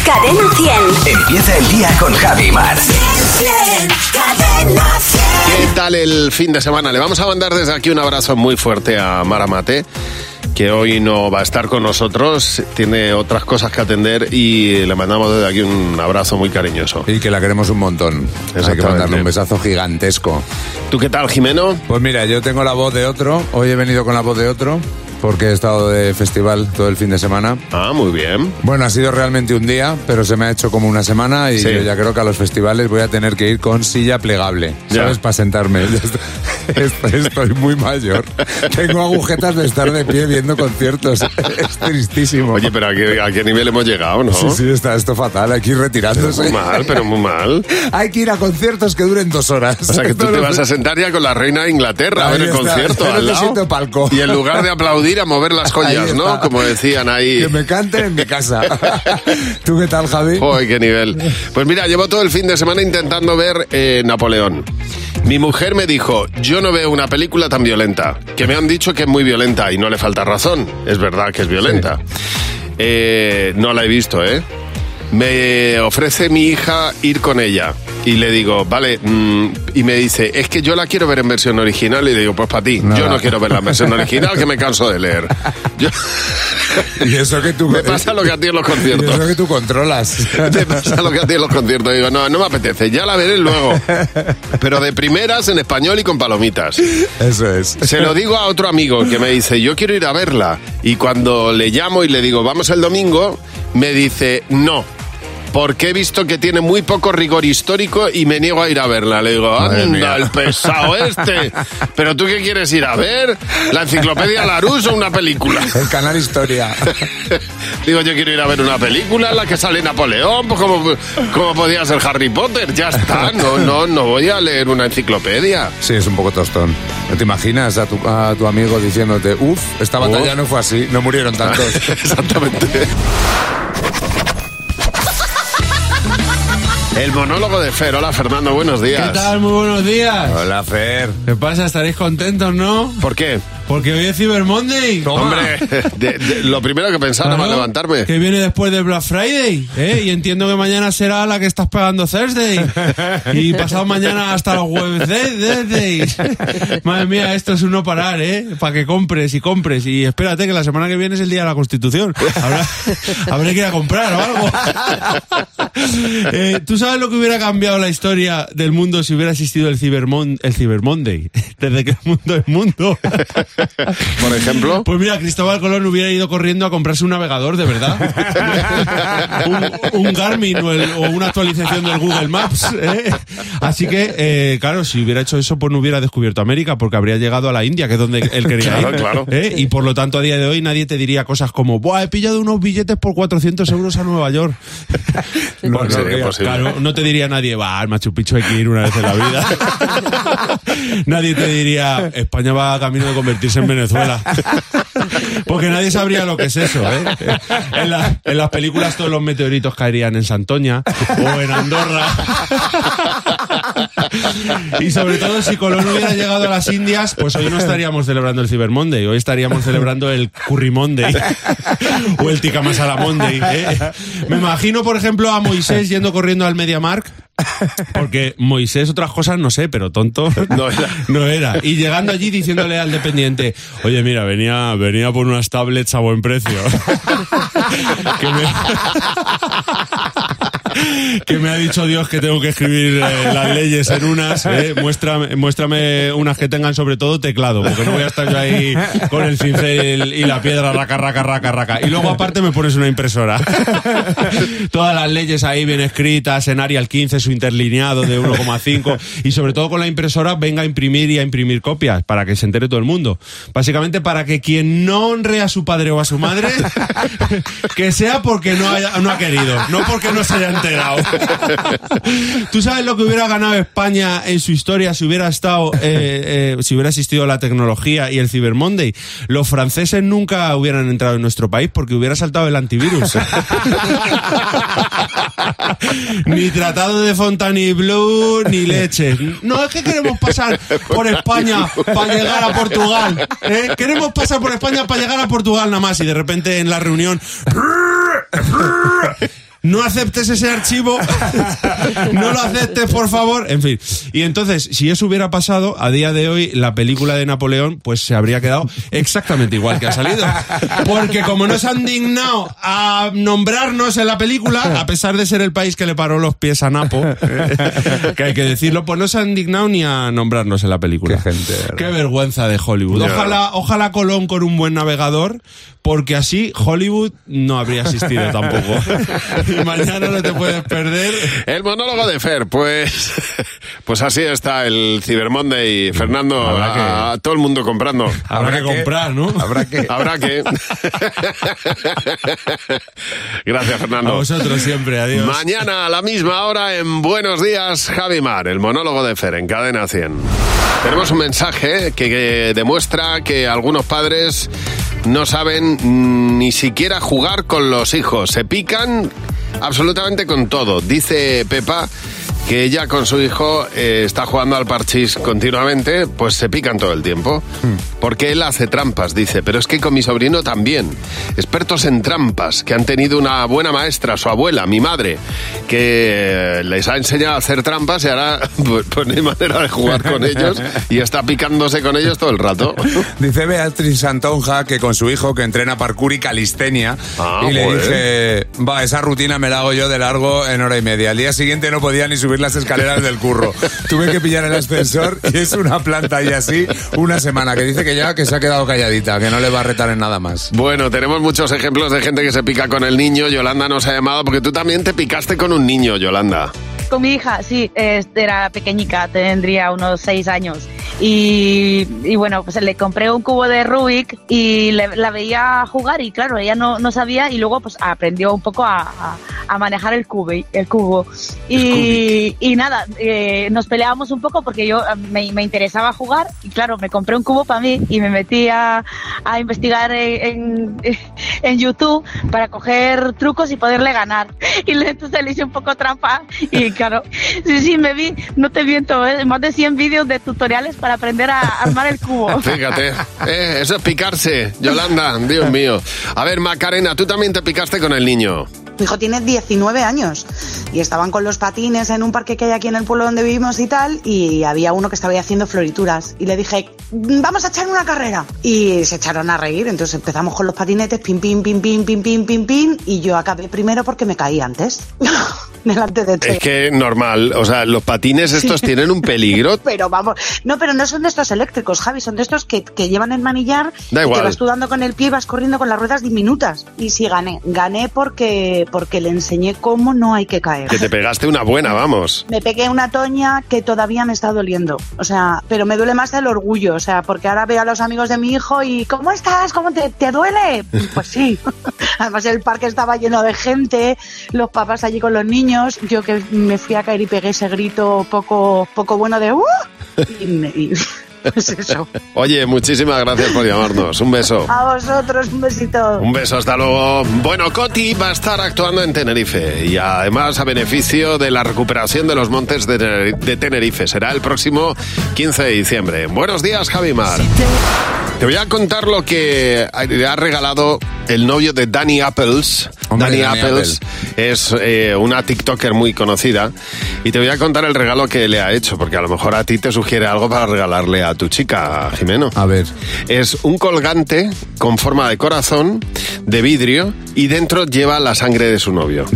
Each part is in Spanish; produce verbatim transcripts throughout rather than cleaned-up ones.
Cadena cien. Empieza el día con Javi Mar. Cadena cien. ¿Qué tal el fin de semana? Le vamos a mandar desde aquí un abrazo muy fuerte a Mara Mate, que hoy no va a estar con nosotros, tiene otras cosas que atender y le mandamos desde aquí un abrazo muy cariñoso. Y que la queremos un montón. Hay que mandarle un besazo gigantesco. ¿Tú qué tal, Jimeno? Pues mira, yo tengo la voz de otro. Hoy he venido con la voz de otro porque he estado de festival todo el fin de semana. Ah, muy bien. Bueno, ha sido realmente un día, pero se me ha hecho como una semana y sí. Yo ya creo que a los festivales voy a tener que ir con silla plegable, ¿sabes? Ya. Para sentarme. Estoy, estoy muy mayor. Tengo agujetas de estar de pie viendo conciertos. Es tristísimo. Oye, pero ¿a qué, a qué nivel hemos llegado, no? Sí, sí, está esto fatal. Hay que ir retirándose. Muy mal, pero muy mal. Hay que ir a conciertos que duren dos horas. O sea, que tú te vas a sentar ya con la reina de Inglaterra a ver el Ahí está. concierto Yo al necesito lado. palco. Y en lugar de aplaudir, a mover las joyas, Ahí ¿no? está. Como decían ahí. Que me canten en mi casa. ¿Tú qué tal, Javi? ¡Uy, qué nivel! Pues mira, llevo todo el fin de semana intentando ver eh, Napoleón. Mi mujer me dijo, yo no veo una película tan violenta, que me han dicho que es muy violenta y no le falta razón. Es verdad que es violenta. Sí. Eh, no la he visto, ¿eh? Me ofrece mi hija ir con ella y le digo, vale, mmm, y me dice, es que yo la quiero ver en versión original. Y le digo, pues para ti, no, yo no quiero ver la versión original, que me canso de leer. Yo... Y eso que tú... Me pasa lo que a ti en los conciertos. Y eso que tú controlas. Me pasa lo que a ti en los conciertos. Digo, no, no me apetece, ya la veré luego. Pero de primeras, en español y con palomitas. Eso es. Se lo digo a otro amigo que me dice, yo quiero ir a verla. Y cuando le llamo y le digo, vamos el domingo, me dice, no. Porque he visto que tiene muy poco rigor histórico y me niego a ir a verla. Le digo, anda, el pesado este. ¿Pero tú qué quieres ir a ver? ¿La enciclopedia Larousse o una película? El canal Historia. Digo, yo quiero ir a ver una película en la que sale Napoleón, pues como, como podía ser Harry Potter. Ya está, no, no, no voy a leer una enciclopedia. Sí, es un poco tostón. ¿No te imaginas a tu, a tu amigo diciéndote, uff, esta batalla Uf. no fue así, no murieron tantos? Exactamente. El monólogo de Fer. Hola, Fernando, buenos días. ¿Qué tal? Muy buenos días. Hola, Fer. ¿Qué pasa? ¿Estaréis contentos, no? ¿Por qué? Porque hoy es Cyber Monday. Hombre, de, de, lo primero que pensaba Claro, para levantarme. que viene después del Black Friday, ¿eh? Y entiendo que mañana será la que estás pagando Thursday. Y pasado mañana hasta los Wednesdays. Madre mía, esto es un no parar, ¿eh? Para que compres y compres. Y espérate que la semana que viene es el día de la Constitución. Habrá, habrá que ir a comprar o algo. Eh, ¿Tú sabes lo que hubiera cambiado la historia del mundo si hubiera existido el Cyber, Mon- el Cyber Monday? Desde que el mundo es mundo. Por ejemplo. Pues mira, Cristóbal Colón hubiera ido corriendo a comprarse un navegador, de verdad. un, un Garmin o, el, o una actualización del Google Maps. ¿eh? Así que, eh, claro, si hubiera hecho eso, pues no hubiera descubierto América, porque habría llegado a la India, que es donde él quería Claro, ir. claro. ¿eh? Y por lo tanto, a día de hoy nadie te diría cosas como, buah, he pillado unos billetes por cuatrocientos euros a Nueva York. No, no, sería no, posible. Claro, no te diría nadie, va, al Machu Picchu hay que ir una vez en la vida. Nadie te diría, España va camino de convertirse en Venezuela. Porque nadie sabría lo que es eso, ¿eh? En, la, en las películas todos los meteoritos caerían en Santoña o en Andorra. Y sobre todo, si Colón hubiera llegado a las Indias, pues hoy no estaríamos celebrando el Cyber Monday, hoy estaríamos celebrando el Curry Monday o el Tikka Masala Monday, ¿eh? Me imagino, por ejemplo, a Moisés yendo corriendo al MediaMarkt, porque Moisés otras cosas no sé, pero tonto No era. no era. Y llegando allí diciéndole al dependiente, oye, mira, venía, venía por unas tablets a buen precio. que, me... que me ha dicho Dios que tengo que escribir eh, las leyes en unas. Eh. Muéstrame, muéstrame unas que tengan sobre todo teclado, porque no voy a estar yo ahí con el cincel y la piedra, raca, raca, raca, raca. Y luego aparte me pones una impresora. Todas las leyes ahí bien escritas en Arial quince, su interlineado de uno coma cinco, y sobre todo con la impresora venga a imprimir y a imprimir copias para que se entere todo el mundo. Básicamente para que quien no honre a su padre o a su madre, que sea porque no, haya, no ha querido, no porque no se haya enterado. ¿Tú sabes lo que hubiera ganado España en su historia si hubiera estado, eh, eh, si hubiera existido la tecnología y el Cyber Monday? Los franceses nunca hubieran entrado en nuestro país porque hubiera saltado el antivirus. Ni tratado de Fontainebleau, ni leche. No, es que queremos pasar por España para llegar a Portugal. ¿eh? Queremos pasar por España para llegar a Portugal nada más. Y de repente en la reunión... no aceptes ese archivo, no lo aceptes, por favor. En fin, y entonces, si eso hubiera pasado, a día de hoy, la película de Napoleón, pues se habría quedado exactamente igual que ha salido. Porque como no se han dignado a nombrarnos en la película, a pesar de ser el país que le paró los pies a Napo, que hay que decirlo, pues no se han dignado ni a nombrarnos en la película. Qué gente, ¿verdad? Qué vergüenza de Hollywood. Ojalá, ojalá Colón con un buen navegador, porque así Hollywood no habría existido tampoco. Y mañana no te puedes perder. El monólogo de Fer, pues pues así está el Cyber Monday. Fernando, Habrá que- a, a todo el mundo comprando. Habrá, Habrá que que- comprar, ¿no? Habrá que... Habrá que... Gracias, A Fernando. vosotros siempre, adiós. Mañana a la misma hora en Buenos Días, Javi Mar, el monólogo de Fer en Cadena cien. Tenemos un mensaje que, que demuestra que algunos padres no saben mm, ni siquiera jugar con los hijos. Se pican absolutamente con todo. Dice Pepa que ella con su hijo eh, está jugando al parchís continuamente, pues se pican todo el tiempo. Porque él hace trampas, dice, pero es que con mi sobrino también. Expertos en trampas, que han tenido una buena maestra, su abuela, mi madre, que les ha enseñado a hacer trampas y ahora pues, pues no hay manera de jugar con ellos y está picándose con ellos todo el rato. Dice Beatriz Santonja que con su hijo que entrena parkour y calistenia Ah, y le joder. dije, va, esa rutina me la hago yo de largo en hora y media. Al día siguiente no podía ni subir las escaleras del curro. Tuve que pillar el ascensor y es una planta y así una semana, que dice que ya que se ha quedado calladita, que no le va a retar en nada más. Bueno, tenemos muchos ejemplos de gente que se pica con el niño. Yolanda nos ha llamado porque tú también te picaste con un niño, Yolanda. Con mi hija, sí, este, era pequeñica, tendría unos seis años. Y, y bueno, pues le compré un cubo de Rubik y le- la veía jugar y claro, ella no, no sabía y luego pues aprendió un poco a, a- a manejar el cubo. El cubo. Y, y nada, eh, nos peleábamos un poco porque yo eh, me, me interesaba jugar y claro, me compré un cubo para mí y me metí a, a investigar en, en, en YouTube para coger trucos y poderle ganar. Y le- entonces le hice un poco trampa y claro, sí, sí, me vi, no te miento, ¿eh? Más de cien vídeos de tutoriales para aprender a armar el cubo. Fíjate, eh, eso es picarse, Yolanda, Dios mío. A ver, Macarena, tú también te picaste con el niño. Mi hijo tiene diecinueve años y estaban con los patines en un parque que hay aquí en el pueblo donde vivimos y tal, y había uno que estaba ahí haciendo florituras y le dije, vamos a echar una carrera, y se echaron a reír. Entonces empezamos con los patinetes, pim, pim, pim, pim, pim, pim, pim, pim, y yo acabé primero porque me caí antes delante de todos. Es que normal, o sea, los patines estos tienen un peligro. Pero vamos, no, pero no son de estos eléctricos, Javi, son de estos que, que llevan el manillar. Da y igual. te vas tú dando con el pie y vas corriendo con las ruedas diminutas. Y sí gané, gané porque, porque le enseñé cómo no hay que caer. Que te pegaste una buena, vamos. Me pegué una toña que todavía me está doliendo, o sea, pero me duele más el orgullo, o sea, porque ahora veo a los amigos de mi hijo y ¿cómo estás? ¿Cómo te, te duele? Pues sí. Además el parque estaba lleno de gente, los papás allí con los niños, yo que me fui a caer y pegué ese grito poco, poco bueno de ¡uh! Y, me- y pues eso. Oye, muchísimas gracias por llamarnos. Un beso. A vosotros, un besito. Un beso, hasta luego. Bueno, Coti va a estar actuando en Tenerife y además a beneficio de la recuperación de los montes de Tener- de Tenerife. Será el próximo quince de diciembre. Buenos días, Javi Mar. Te voy a contar lo que le ha regalado el novio de Dani Apples. Hombre, Dani, Dani Apples es eh, una TikToker muy conocida y te voy a contar el regalo que le ha hecho, porque a lo mejor a ti te sugiere algo para regalarle a tu chica, Jimeno. A ver. Es un colgante con forma de corazón, de vidrio, y dentro lleva la sangre de su novio.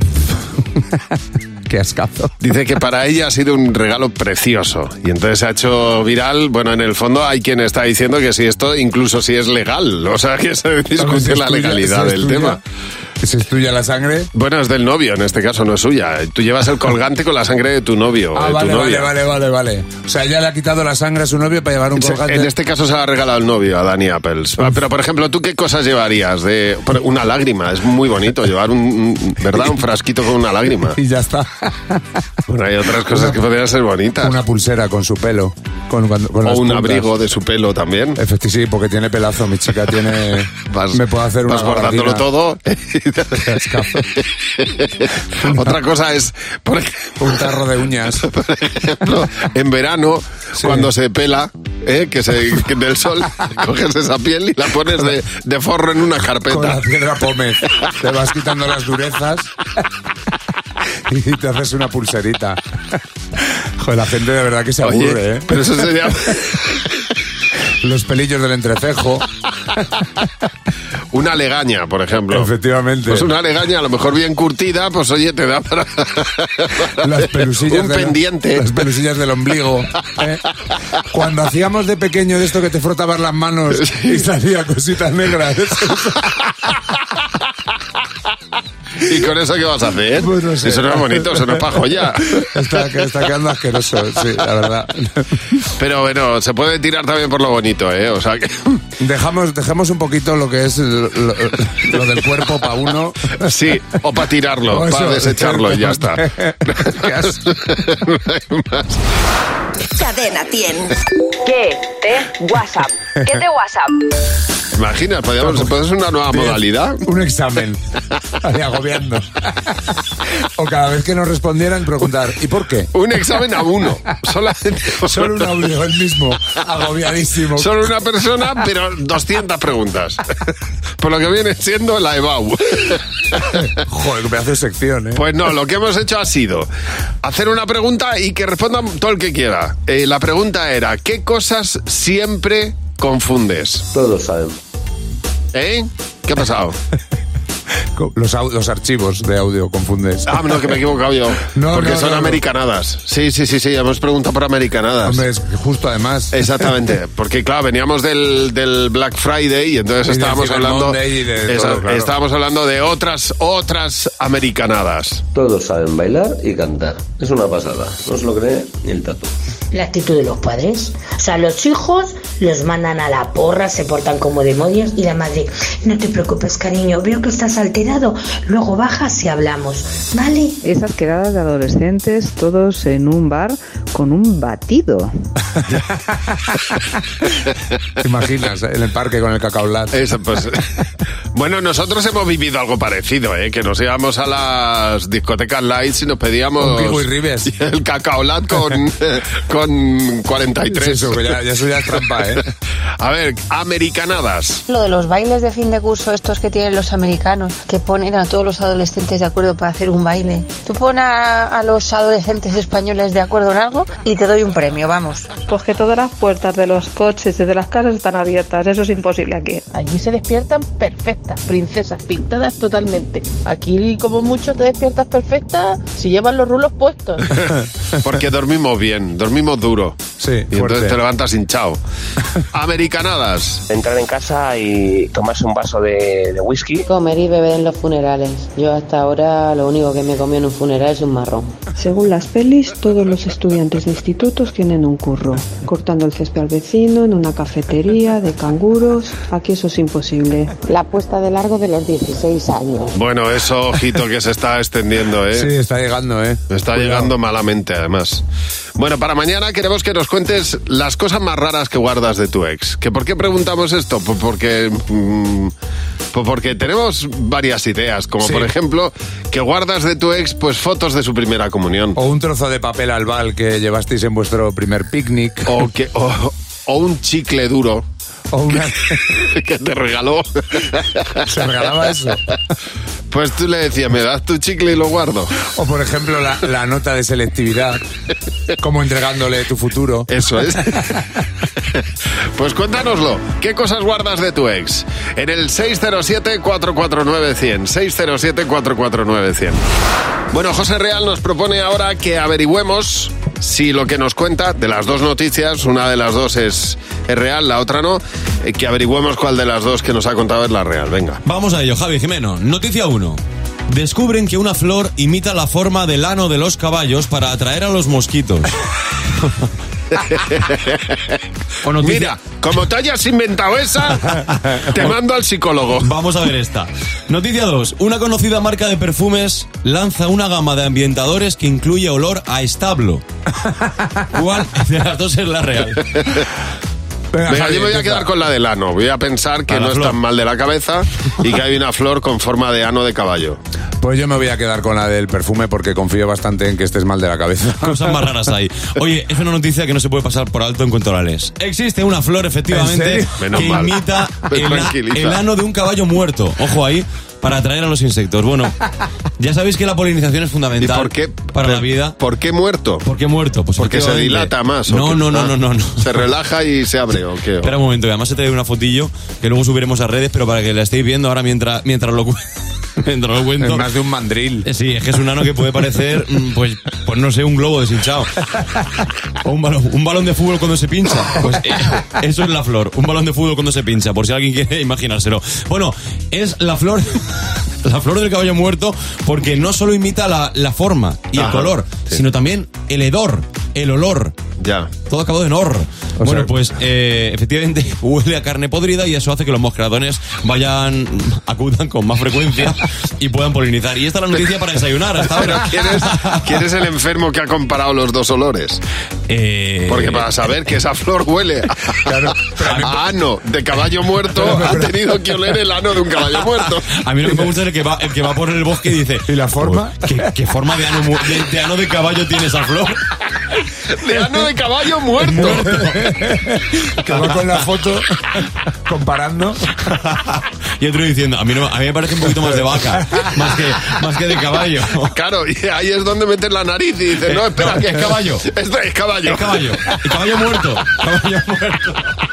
Qué ascazo. Dice que para ella ha sido un regalo precioso. Y entonces se ha hecho viral. Bueno, en el fondo hay quien está diciendo que si esto, incluso si es legal. O sea, que se discute la legalidad del tema. ¿Es tuya la sangre? Bueno, es del novio, en este caso no es suya. Tú llevas el colgante con la sangre de tu novio. Ah, de tu vale, vale, novia. vale, vale, vale. O sea, ya le ha quitado la sangre a su novio para llevar un Se- colgante. En este caso se la ha regalado el novio a Dani Apples. Ah, Pero, por ejemplo, ¿tú qué cosas llevarías? De por- una lágrima. Es muy bonito llevar un, un- ¿verdad? Un frasquito con una lágrima. Y ya está. Bueno, hay otras cosas que podrían ser bonitas. Una pulsera con su pelo. Con, con, con O las un puntas. abrigo de su pelo también. Efectivamente, sí, porque tiene pelazo. Mi chica tiene... Vas, me puedo hacer una vas guardándolo gabardina. todo. Escazo. Otra cosa es, por ejemplo, Un tarro de uñas. por ejemplo, en verano, Sí. cuando se pela, ¿eh? que se que del sol, coges esa piel y la pones de, de forro en una Con carpeta. la piedra pómez. Te vas quitando las durezas y te haces una pulserita. Joder, la gente de verdad que se Oye, aburre, ¿eh? pero eso sería... Los pelillos del entrecejo. Una legaña, por ejemplo. Efectivamente. Pues una legaña, a lo mejor bien curtida, pues oye, te da para... Las pelusillas Un de la- pendiente. las pelusillas del ombligo. ¿eh? Cuando hacíamos de pequeño de esto que te frotabas las manos y salía cositas negras. ¿Y con eso qué vas a hacer? Pues no sé. Eso no es bonito, eso no es para joya. Está, está quedando asqueroso, sí, la verdad. Pero bueno, se puede tirar también por lo bonito, ¿eh? O sea que... Dejamos, dejamos un poquito lo que es lo, lo- lo del cuerpo para uno. Sí, o para tirarlo, O eso, para desecharlo y ya está. Qué asco. No hay más. Cadena cien. ¿Qué? ¿Te? WhatsApp. ¿Qué te WhatsApp? Imaginas, podríamos, puede ser una nueva modalidad. Un examen. Ahí agobiando. O cada vez que nos respondieran preguntar, ¿y por qué? Un examen a uno. Solamente Solo un audio, el mismo, agobiadísimo. Solo una persona, pero doscientas preguntas. Por lo que viene siendo la E B A U. Joder, que me hace sección, ¿eh? Pues no, lo que hemos hecho ha sido hacer una pregunta y que responda todo el que quiera. Eh, la pregunta era, ¿qué cosas siempre confundes? Todos saben. ¿Eh? ¿Qué ha pasado? Los, au- los archivos de audio confundes. Ah, no, que me he equivocado yo. No, Porque no, son no, no. americanadas. Sí, sí, sí, sí, hemos preguntado por americanadas. Hombre, es que justo además. Exactamente, porque claro, veníamos del, del Black Friday y entonces Y del estábamos Cyber hablando, Monday y de Esa- todo, claro. estábamos hablando de otras otras americanadas. Todos saben bailar y cantar. Es una pasada. No se lo cree ni el tatu. La actitud de los padres. O sea, los hijos los mandan a la porra, se portan como demonios y la madre, no te preocupes, cariño, veo que estás alterado, luego bajas y hablamos, ¿vale? Esas quedadas de adolescentes, todos en un bar con un batido. ¿Te imaginas? En el parque con el cacao lat. Eso, pues, bueno, nosotros hemos vivido algo parecido, ¿eh? Que nos íbamos a las discotecas lights y nos pedíamos Un Pico y Ribes. el cacaolat con, con cuarenta y tres. Sí, eso, que ya, ya eso ya es trampa, ¿eh? A ver, americanadas. Lo de los bailes de fin de curso estos que tienen los americanos, que ponen a todos los adolescentes de acuerdo para hacer un baile. Tú pones a, a los adolescentes españoles de acuerdo en algo y te doy un premio, vamos. Pues que todas las puertas de los coches y de las casas están abiertas, eso es imposible aquí. Allí se despiertan perfectas, princesas, pintadas totalmente. Aquí, como mucho, te despiertas perfectas si llevan los rulos puestos. Porque dormimos bien, dormimos duro. Sí, Y entonces fuerte. te levantas hinchado. Americanadas. Entrar en casa y tomarse un vaso de, de whisky. Comer y beber en los funerales. Yo hasta ahora lo único que me comí en un funeral es un marrón. Según las pelis, todos los estudiantes de institutos tienen un curro. Cortando el césped al vecino, en una cafetería, de canguros. Aquí eso es imposible. La puesta de largo de los dieciséis años. Bueno, eso, ojito, que se está extendiendo, ¿eh? Sí, está llegando, ¿eh? Está Cuidado. llegando malamente, además. Bueno, para mañana queremos que nos cuentes las cosas más raras que guardas de tu ex. ¿Que ¿Por qué preguntamos esto? Pues porque, mm, pues porque tenemos varias ideas, como Sí. por ejemplo, que guardas de tu ex pues fotos de su primera comunión. O un trozo de papel albal que llevasteis en vuestro primer picnic. O, que, o, o un chicle duro O una... que te regaló. ¿Se regalaba eso? Pues tú le decías, me das tu chicle y lo guardo. O por ejemplo la, la nota de selectividad, como entregándole tu futuro. Eso es. Pues cuéntanoslo. ¿Qué cosas guardas de tu ex? En el seis cero siete, cuatro cuatro nueve, cien. seis cero siete, cuatro cuatro nueve, cien. Bueno, José Real nos propone ahora que averigüemos si lo que nos cuenta de las dos noticias, una de las dos es, es real, la otra no, eh, que averigüemos cuál de las dos que nos ha contado es la real. Venga. Vamos a ello, Javi Jimeno. Noticia uno. Descubren que una flor imita la forma del ano de los caballos para atraer a los mosquitos. O noticia- Mira, como te hayas inventado esa, te mando al psicólogo. Vamos a ver esta. Noticia dos. Una conocida marca de perfumes lanza una gama de ambientadores que incluye olor a establo. ¿Cuál de las dos es la real? Venga, Venga, yo me voy a quedar con la del ano. Voy a pensar que no es tan mal de la cabeza y que hay una flor con forma de ano de caballo. Pues yo me voy a quedar con la del perfume porque confío bastante en que estés mal de la cabeza. Cosas más raras hay. Oye, es una noticia que no se puede pasar por alto en cuanto la lees. Existe una flor, efectivamente, que mal. imita el, el ano de un caballo muerto. Ojo ahí, para atraer a los insectos. Bueno, ya sabéis que la polinización es fundamental. ¿Y por qué, para la vida. ¿Por qué muerto? ¿Por qué muerto? Pues porque se dilata más. ¿o no, qué? no, no, Ah, no, no, no. Se relaja y se abre, ¿o qué? Espera un momento, que además se trae una fotillo que luego subiremos a redes, pero para que la estéis viendo ahora mientras, mientras lo cuento. Mientras lo cuento. Es más de un mandril. Sí, es que es un ano que puede parecer, pues, pues no sé, un globo deshinchado. O un balón, un balón de fútbol cuando se pincha. Pues eh, eso es la flor, un balón de fútbol cuando se pincha, por si alguien quiere imaginárselo. Bueno, es la flor... La flor del caballo muerto, porque no solo imita la, la forma y Ajá, el color, sí. sino también el hedor, el olor. Ya. Todo acabado en or. O bueno, sea, pues eh, efectivamente huele a carne podrida y eso hace que los moscaradones vayan, acudan con más frecuencia y puedan polinizar. Y esta es la noticia para desayunar hasta ahora. Pero ¿quién es, ¿quién es el enfermo que ha comparado los dos olores? Eh... Porque para saber que esa flor huele a, claro, a ano de caballo muerto, ha tenido que oler el ano de un caballo muerto. A mí lo que me gusta es el que va, el que va por el bosque y dice... ¿Y la forma? ¿Qué, qué forma de ano, de, de ano de caballo tiene esa flor? De ano de caballo muerto. muerto. Que va con la foto comparando. Y otro diciendo, a mí, no, a mí me parece un poquito más de vaca, más que, más que de caballo. Claro, y ahí es donde metes la nariz y dices, no, espera, no, que es caballo. Esto es caballo. Es caballo. Y caballo muerto. Caballo muerto.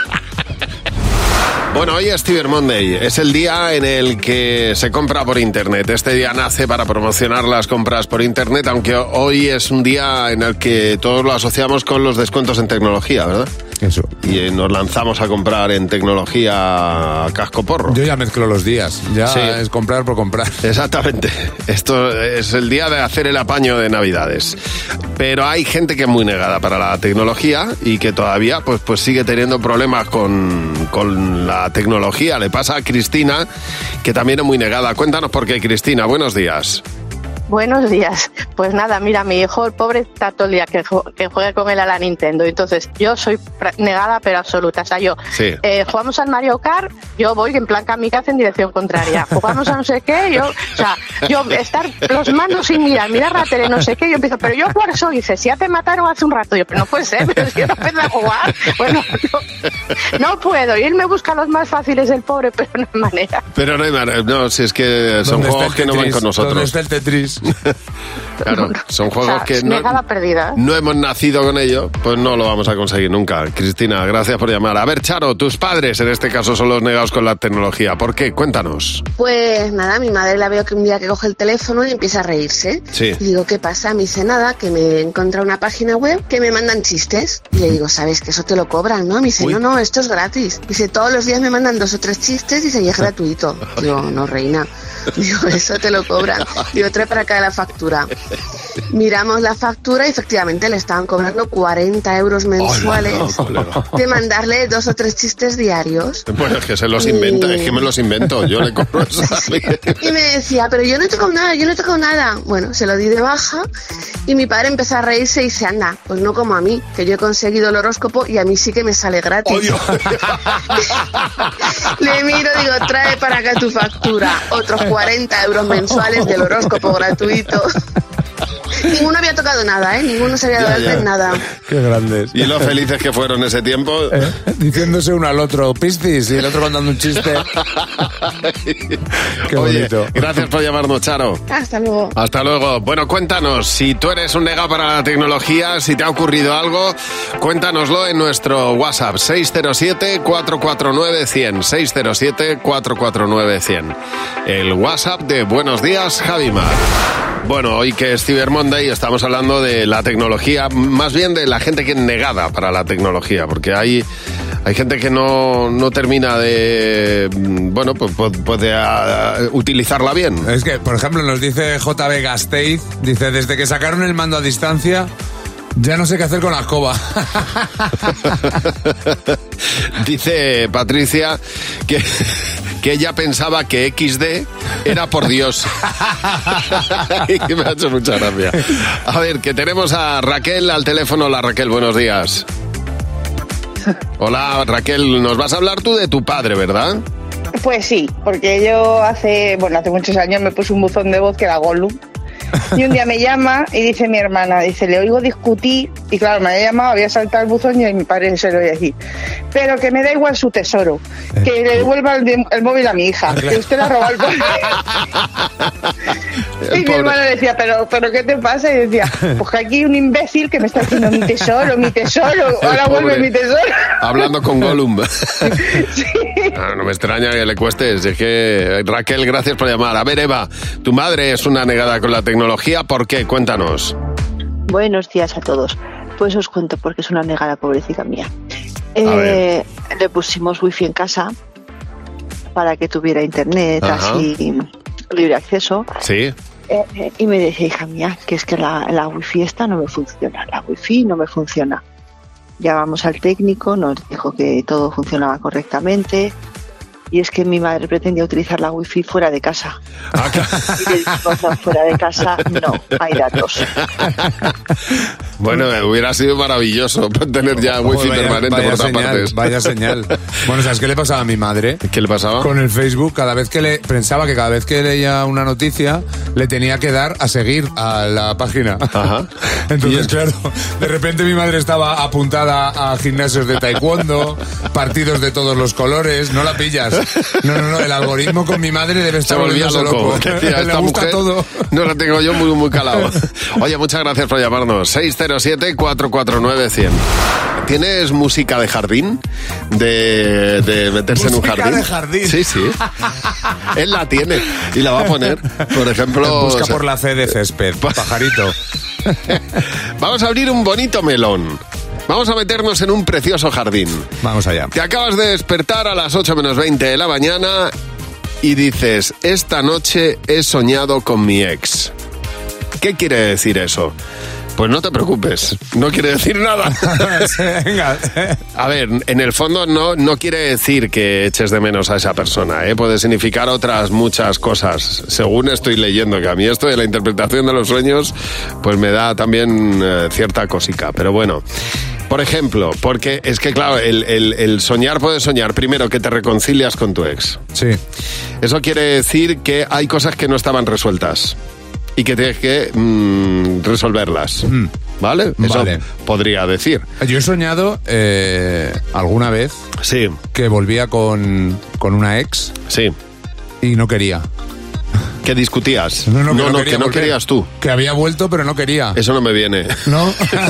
Bueno, hoy es Cyber Monday, es el día en el que se compra por internet. Este día nace para promocionar las compras por internet, aunque hoy es un día en el que todos lo asociamos con los descuentos en tecnología, ¿verdad? Eso. Y nos lanzamos a comprar en tecnología a casco porro. Yo ya mezclo los días, ya sí. Es comprar por comprar. Exactamente. Esto es el día de hacer el apaño de Navidades. Pero hay gente que es muy negada para la tecnología y que todavía pues, pues sigue teniendo problemas con, con la tecnología. Le pasa a Cristina, que también es muy negada. Cuéntanos por qué, Cristina. Buenos días. Buenos días. Pues nada, mira, mi hijo, el pobre, está todo el día que, que juegue con él a la Nintendo. Entonces, yo soy negada, pero absoluta. O sea, yo, sí. eh, jugamos al Mario Kart, yo voy en plan kamikaze en dirección contraria. Jugamos a no sé qué, yo, o sea, yo estar los mandos sin mirar, mirar la tele, no sé qué, yo empiezo, pero yo por eso dice, si ya te mataron hace un rato, yo, pero no puede ser, pero si yo no empiezo a jugar, bueno, no, no puedo. Y él me busca los más fáciles, el pobre, pero no hay manera. Pero no hay manera, no, si es que son juegos que no van con nosotros. ¿Dónde está el Tetris? Claro, son juegos o sea, que no, perdida. no hemos nacido con ellos, pues no lo vamos a conseguir nunca. Cristina, gracias por llamar. A ver, Charo, tus padres en este caso son los negados con la tecnología. ¿Por qué? Cuéntanos. Pues nada, mi madre la veo que un día que coge el teléfono y empieza a reírse. Sí. Y digo, ¿qué pasa? Me dice nada, que me he encontrado una página web que me mandan chistes. Y le digo, ¿sabes que eso te lo cobran, no? Me dice, Uy. no, no, esto es gratis. Dice, todos los días me mandan dos o tres chistes y se es gratuito. Digo, no, reina. Digo, eso te lo cobran. Digo, trae para acá la factura. Miramos la factura y efectivamente le estaban cobrando cuarenta euros mensuales oh, no, no, de mandarle dos o tres chistes diarios. Bueno, es que se los inventa, y... es que me los invento, yo le cobro eso. Y me decía, pero yo no he tocado nada, yo no he tocado nada. Bueno, se lo di de baja y mi padre empezó a reírse y dice, anda, pues no como a mí, que yo he conseguido el horóscopo y a mí sí que me sale gratis. Oh, le miro, digo, trae para acá tu factura, otros cuarenta euros mensuales del horóscopo gratuito. Ninguno había tocado nada, ¿eh? Ninguno se había dado ya, ya. nada. Qué grandes. Y lo felices que fueron ese tiempo. ¿Eh? Diciéndose uno al otro, piscis, y el otro contando un chiste. Qué Oye, bonito. Gracias por llamarnos, Charo. Hasta luego. Hasta luego. Bueno, cuéntanos, si tú eres un negado para la tecnología, si te ha ocurrido algo, cuéntanoslo en nuestro WhatsApp, seis cero siete, cuatro cuatro nueve, cien. seis cero siete, cuatro cuatro nueve, cien. El WhatsApp de Buenos Días, Javimar. Bueno, hoy que es Cyber Monday estamos hablando de la tecnología, más bien de la gente que es negada para la tecnología, porque hay, hay gente que no, no termina de, bueno, pues, pues de uh, utilizarla bien. Es que, por ejemplo, nos dice J B Gasteiz, dice, desde que sacaron el mando a distancia, Ya no sé qué hacer con la escoba. Dice Patricia que, que ella pensaba que equis de era por Dios. Y que me ha hecho mucha gracia. A ver, que tenemos a Raquel al teléfono. Hola, Raquel, buenos días. Hola, Raquel, nos vas a hablar tú de tu padre, ¿verdad? Pues sí, porque yo hace, bueno, hace muchos años me puse un buzón de voz que era Gollum. Y un día me llama y dice mi hermana, dice, le oigo discutir, y claro, me había llamado, había saltado el buzón y mi padre se lo oía decir, pero que me da igual su tesoro, que le devuelva el, el móvil a mi hija, que usted le ha robado el móvil. Y mi hermana decía, pero, pero ¿qué te pasa? Y decía, pues que aquí hay un imbécil que me está diciendo mi tesoro, mi tesoro, ahora vuelve mi tesoro. Hablando con Gollum. Sí. No, no me extraña que le cueste, es que Raquel, gracias por llamar. A ver, Eva, tu madre es una negada con la tecnología, ¿por qué? Cuéntanos. Buenos días a todos. Pues os cuento porque es una negada, pobrecita mía. Eh, le pusimos wifi en casa para que tuviera internet, Ajá. así libre acceso. Sí. Eh, y me decía, hija mía, que es que la, la wifi esta no me funciona, la wifi no me funciona. Llamamos al técnico, nos dijo que todo funcionaba correctamente. Y es que mi madre pretendía utilizar la wifi fuera de casa. Ah, claro. Y le dijimos, no, fuera de casa no, hay datos. Bueno, hubiera sido maravilloso tener ya wifi vaya, permanente vaya por todas señal, partes. Vaya señal. Bueno, ¿sabes qué le pasaba a mi madre? ¿Qué le pasaba? Con el Facebook, cada vez que le pensaba que cada vez que leía una noticia le tenía que dar a seguir a la página. Ajá. Entonces, claro, de repente mi madre estaba apuntada a gimnasios de taekwondo, partidos de todos los colores, no la pillas. No, no, no, el algoritmo con mi madre debe estar volviéndose loco. loco. Decía, le gusta mujer, todo. No la tengo yo muy, muy calado. Oye, muchas gracias por llamarnos. seis cero siete, cuatro cuatro nueve, cien. ¿Tienes música de jardín? De, de meterse en un jardín. ¿Música de jardín? Sí, sí. Él la tiene y la va a poner. Por ejemplo... Busca o sea, por la C de césped, pajarito. Vamos a abrir un bonito melón. Vamos a meternos en un precioso jardín. Vamos allá. Te acabas de despertar a las ocho menos veinte de la mañana y dices, esta noche he soñado con mi ex. ¿Qué quiere decir eso? Pues no te preocupes, no quiere decir nada. Venga. A ver, en el fondo no, no quiere decir que eches de menos a esa persona, ¿eh? Puede significar otras muchas cosas, según estoy leyendo, que a mí esto de la interpretación de los sueños pues me da también eh, cierta cosica, pero bueno. Por ejemplo, porque es que claro, el, el, el soñar puede soñar primero que te reconcilias con tu ex. Sí. Eso quiere decir que hay cosas que no estaban resueltas y que tienes que mmm, resolverlas. Mm. ¿Vale? Eso vale. podría decir. Yo he soñado eh, alguna vez sí. que volvía con, con una ex sí. y no quería. ¿Que discutías? No, no, que no, no, no, quería que no volver. querías tú. Que había vuelto, pero no quería. Eso no me viene. ¿No?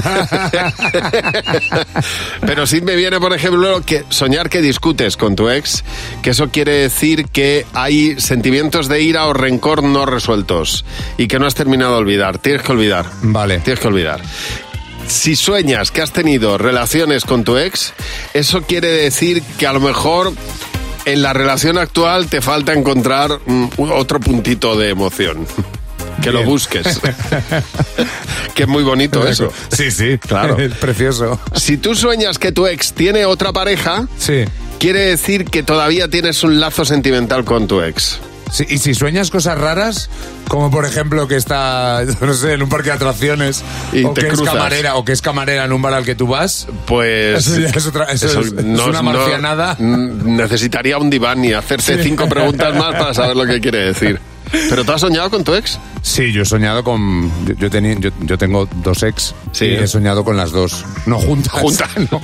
Pero sí me viene, por ejemplo, que soñar que discutes con tu ex, que eso quiere decir que hay sentimientos de ira o rencor no resueltos y que no has terminado de olvidar. Tienes que olvidar. Vale. Tienes que olvidar. Si sueñas que has tenido relaciones con tu ex, eso quiere decir que a lo mejor en la relación actual te falta encontrar mm, otro puntito de emoción. Que Bien. Lo busques. Que es muy bonito eso. Sí, sí, claro. Es precioso. Si tú sueñas que tu ex tiene otra pareja, sí. quiere decir que todavía tienes un lazo sentimental con tu ex. Sí, y si sueñas cosas raras, como por ejemplo que está, no sé, en un parque de atracciones, y o te que cruzas. es camarera, o que es camarera en un bar al que tú vas, pues eso ya es otra, eso eso es, no, es una marcianada. No, necesitaría un diván y hacerte sí. cinco preguntas más para saber lo que quiere decir. ¿Pero tú has soñado con tu ex? Sí, yo he soñado con... Yo, yo, tenía, yo, yo tengo dos ex sí. y he soñado con las dos. No juntas. ¿Juntas? No.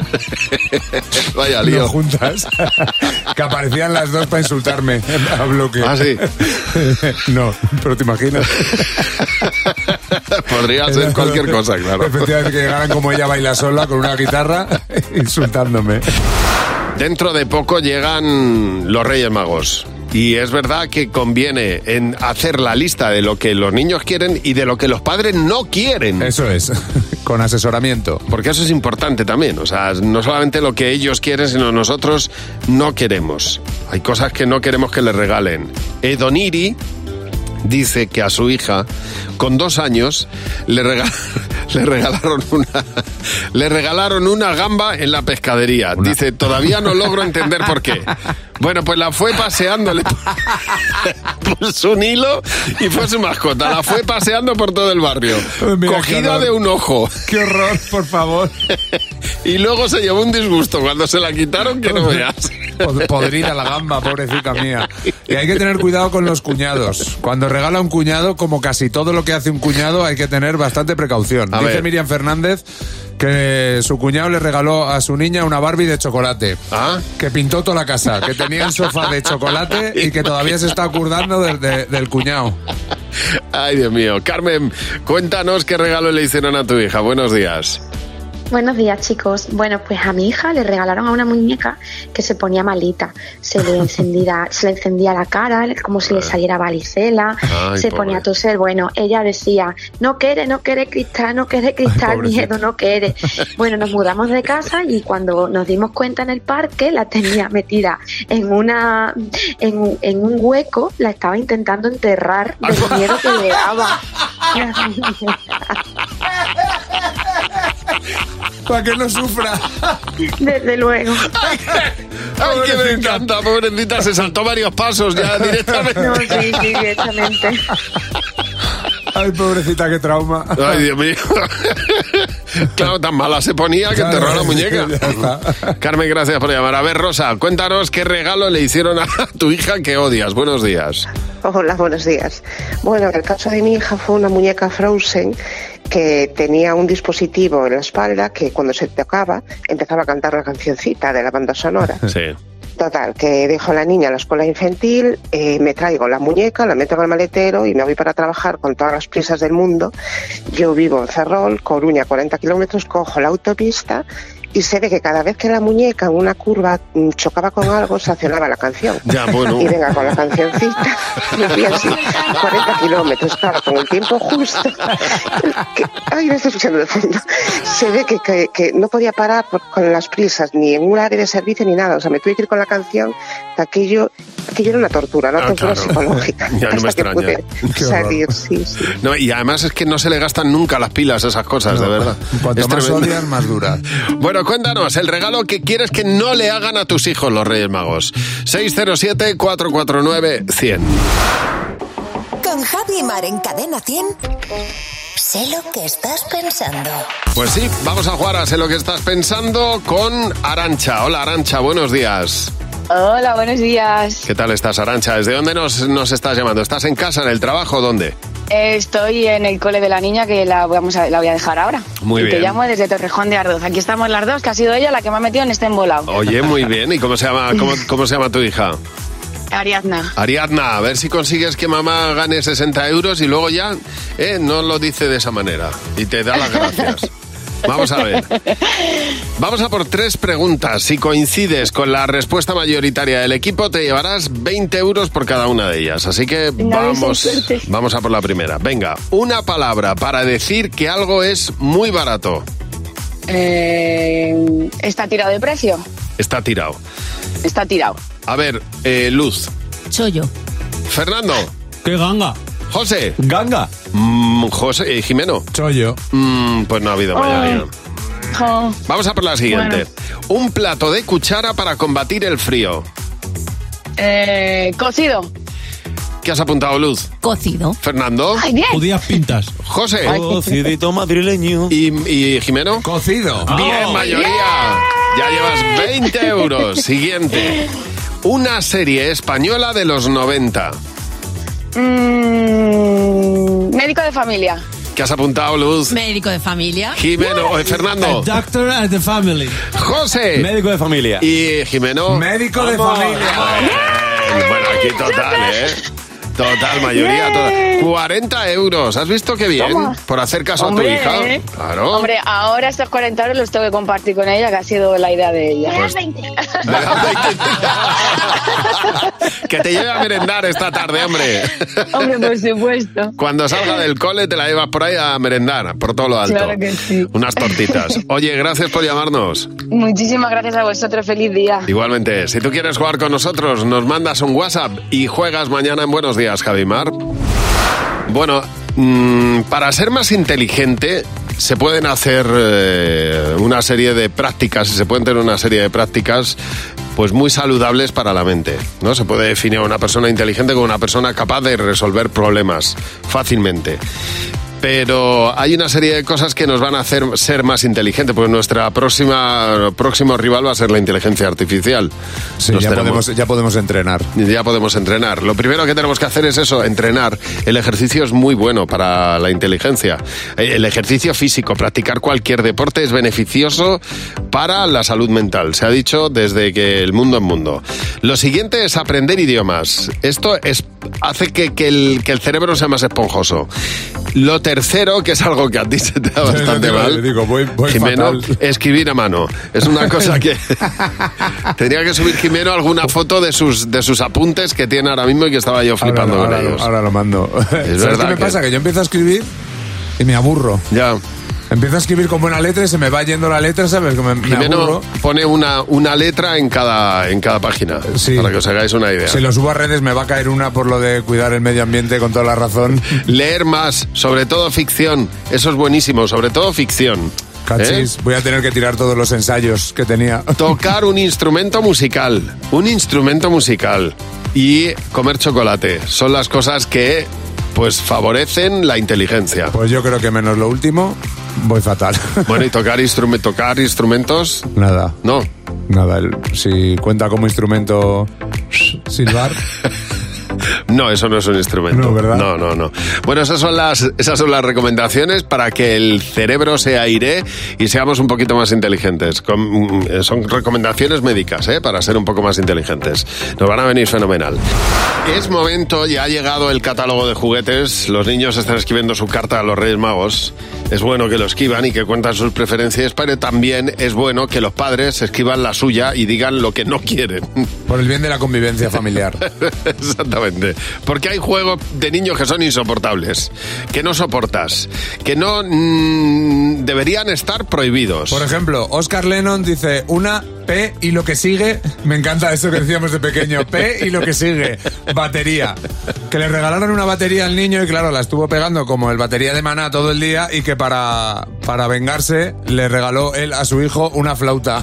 Vaya lío. No juntas. Que aparecían las dos para insultarme a bloque. Ah, sí. No, pero te imaginas. Podría ser cualquier cosa, claro. Efectivamente, que llegaran como ella baila sola con una guitarra insultándome. Dentro de poco llegan los Reyes Magos. Y es verdad que conviene en hacer la lista de lo que los niños quieren y de lo que los padres no quieren. Eso es, con asesoramiento. Porque eso es importante también. O sea, no solamente lo que ellos quieren, sino nosotros no queremos. Hay cosas que no queremos que les regalen. Edoniri dice que a su hija, con dos años, le, rega- le regalaron una le regalaron una gamba en la pescadería. Una. Dice, todavía no logro entender por qué. Bueno, pues la fue paseando, le puso un hilo y fue su mascota. La fue paseando por todo el barrio. Mira, cogida de un ojo. ¡Qué horror, por favor! Y luego se llevó un disgusto cuando se la quitaron que no veas. Podrida la gamba, pobrecita mía. Y hay que tener cuidado con los cuñados. Cuando regala un cuñado, como casi todo lo que hace un cuñado, hay que tener bastante precaución. A Dice ver. Miriam Fernández que su cuñado le regaló a su niña una Barbie de chocolate. ¿Ah? Que pintó toda la casa, que tenía el sofá de chocolate y que todavía se está acordando de, de, del cuñado. Ay, Dios mío. Carmen, cuéntanos qué regalo le hicieron a tu hija. Buenos días. Buenos días, chicos. Bueno, pues a mi hija le regalaron a una muñeca que se ponía malita. Se le encendía, se le encendía la cara, como si le saliera varicela. Ay, se pobre. Ponía a toser. Bueno, ella decía, no quiere, no quiere cristal, no quiere cristal, miedo, no quiere. Bueno, nos mudamos de casa y cuando nos dimos cuenta en el parque, la tenía metida en una, en, en un hueco, la estaba intentando enterrar del miedo que le daba. Para que no sufra. Desde luego. Ay, que me encanta, pobrecita, se saltó varios pasos ya directamente. No, sí, sí, directamente. Ay, pobrecita, qué trauma. Ay, Dios mío. Claro, tan mala se ponía que claro, enterró la muñeca. Carmen, gracias por llamar. A ver, Rosa, cuéntanos qué regalo le hicieron a tu hija que odias. Buenos días. Hola, buenos días. Bueno, el caso de mi hija fue una muñeca Frozen que tenía un dispositivo en la espalda que cuando se tocaba empezaba a cantar la cancioncita de la banda sonora. Sí. Total, que dejo a la niña a la escuela infantil, eh, me traigo la muñeca, la meto en el maletero y me voy para trabajar con todas las prisas del mundo. Yo vivo en Ferrol, Coruña, cuarenta kilómetros, cojo la autopista y se ve que cada vez que la muñeca en una curva chocaba con algo, se accionaba la canción. Ya, bueno. Y venga con la cancioncita, y fui así, cuarenta kilómetros, claro, con el tiempo justo. Que, ay, me estoy escuchando de fondo. Se ve que, que, que no podía parar por, con las prisas, ni en un área de servicio ni nada. O sea, me tuve que ir con la canción, aquello, aquello era una tortura, una ah, tortura claro. psicológica. Ya no me hasta extraña. Que pude salir, sí, sí. No, y además es que no se le gastan nunca las pilas a esas cosas, no, de verdad. Cuanto es más tremendo. odian, más dura. Bueno, cuéntanos, el regalo que quieres que no le hagan a tus hijos los Reyes Magos. seis cero siete, cuatro cuatro nueve, cien. Con Javi y Mar en Cadena cien, sé lo que estás pensando. Pues sí, vamos a jugar a Sé lo que estás pensando con Arantxa. Hola, Arantxa, buenos días. Hola, buenos días. ¿Qué tal estás, Arantxa? ¿Desde dónde nos, nos estás llamando? ¿Estás en casa, en el trabajo, dónde? Estoy en el cole de la niña que la, vamos a, la voy a dejar ahora. Muy y bien. Te llamo desde Torrejón de Ardoz. Aquí estamos las dos, que ha sido ella la que me ha metido en este embolado. Oye, muy bien. ¿Y cómo se llama, cómo, cómo se llama tu hija? Ariadna. Ariadna, a ver si consigues que mamá gane sesenta euros y luego ya eh, no lo dice de esa manera. Y te da las gracias. Vamos a ver. Vamos a por tres preguntas. Si coincides con la respuesta mayoritaria del equipo, te llevarás veinte euros por cada una de ellas. Así que vamos, vamos a por la primera. Venga, una palabra para decir que algo es muy barato. Eh, ¿Está tirado de precio? Está tirado. Está tirado. A ver, eh, Luz. Chollo. Fernando. ¿Qué ganga? José. Ganga. Mm, José, eh, Jimeno. Chollo. Mm, pues no ha habido mayoría. Oh. Oh. Vamos a por la siguiente. Bueno. Un plato de cuchara para combatir el frío. Eh, cocido. ¿Qué has apuntado, Luz? Cocido. Fernando. Ay, bien. Judías pintas. José. Cocidito madrileño. ¿Y, y Jimeno? Cocido. Bien, oh, mayoría. Yeah. Ya llevas veinte euros. Siguiente. Una serie española de los noventa. Mm, médico de familia. ¿Qué has apuntado, Luz? Médico de familia. Jimeno, eh, Fernando. A doctor at the family. José. Médico de familia. Y Jimeno. Médico de Vamos. familia. Bien. Bueno, aquí total, ¿eh? Total, mayoría, total. cuarenta euros. ¿Has visto qué bien? Toma. Por hacer caso Hombre, a tu hija. ¿eh? Claro. Hombre, ahora estos cuarenta euros los tengo que compartir con ella, que ha sido la idea de ella. Pues, que te lleve a merendar esta tarde, hombre. Hombre, por supuesto. Cuando salga del cole te la llevas por ahí a merendar, por todo lo alto. Claro que sí. Unas tortitas. Oye, gracias por llamarnos. Muchísimas gracias a vosotros. Feliz día. Igualmente, si tú quieres jugar con nosotros, nos mandas un WhatsApp y juegas mañana en Buenos Días, Javimar. Bueno, mmm, para ser más inteligente, se pueden hacer eh, una serie de prácticas, se pueden tener una serie de prácticas pues muy saludables para la mente, ¿no? Se puede definir a una persona inteligente como una persona capaz de resolver problemas fácilmente. Pero hay una serie de cosas que nos van a hacer ser más inteligentes, porque nuestra próxima próximo rival va a ser la inteligencia artificial. Sí, ya podemos, ya podemos entrenar. Ya podemos entrenar. Lo primero que tenemos que hacer es eso, entrenar. El ejercicio es muy bueno para la inteligencia. El ejercicio físico, practicar cualquier deporte es beneficioso para la salud mental. Se ha dicho desde que el mundo es mundo. Lo siguiente es aprender idiomas. Esto es, hace que, que, el, que el cerebro sea más esponjoso. Lo tercero, que es algo que a ti se te da bastante digo, mal, digo, voy, voy Jimeno, fatal. escribir a mano. Es una cosa que tendría que subir Jimeno alguna foto de sus de sus apuntes que tiene ahora mismo y que estaba yo flipando ahora, con ahora, ellos. Ahora lo mando. Es ¿Sabes verdad qué me que... pasa? Que yo empiezo a escribir y me aburro. Ya. Empiezo a escribir con buena letra y se me va yendo la letra, ¿sabes? Que me, me Jimeno aburro. pone una, una letra en cada, en cada página, Sí. para que os hagáis una idea. Si lo subo a redes me va a caer una por lo de cuidar el medio ambiente, con toda la razón. Leer más, sobre todo ficción. Eso es buenísimo, sobre todo ficción. Cachis, ¿Eh? voy a tener que tirar todos los ensayos que tenía. Tocar un instrumento musical. Un instrumento musical. Y comer chocolate. Son las cosas que, pues, favorecen la inteligencia. Pues yo creo que menos lo último, voy fatal. Bueno, ¿y tocar, instrum- tocar instrumentos? Nada. No. Nada, el- si cuenta como instrumento silbar. No, eso no es un instrumento. No, ¿verdad? No, no, no. Bueno, esas son las, esas son las recomendaciones para que el cerebro se aire y seamos un poquito más inteligentes. Con- son recomendaciones médicas, ¿eh? Para ser un poco más inteligentes. Nos van a venir fenomenal. Es momento, ya ha llegado el catálogo de juguetes. Los niños están escribiendo su carta a los Reyes Magos. Es bueno que lo escriban y que cuentan sus preferencias, pero también es bueno que los padres escriban la suya y digan lo que no quieren. Por el bien de la convivencia familiar. Exactamente. Porque hay juegos de niños que son insoportables, que no soportas, que no mmm, deberían estar prohibidos. Por ejemplo, Oscar Lennon dice una P y lo que sigue. Me encanta eso que decíamos de pequeño. P y lo que sigue. Batería. Que le regalaron una batería al niño y claro, la estuvo pegando como el batería de Maná todo el día y que para, para vengarse le regaló él a su hijo una flauta.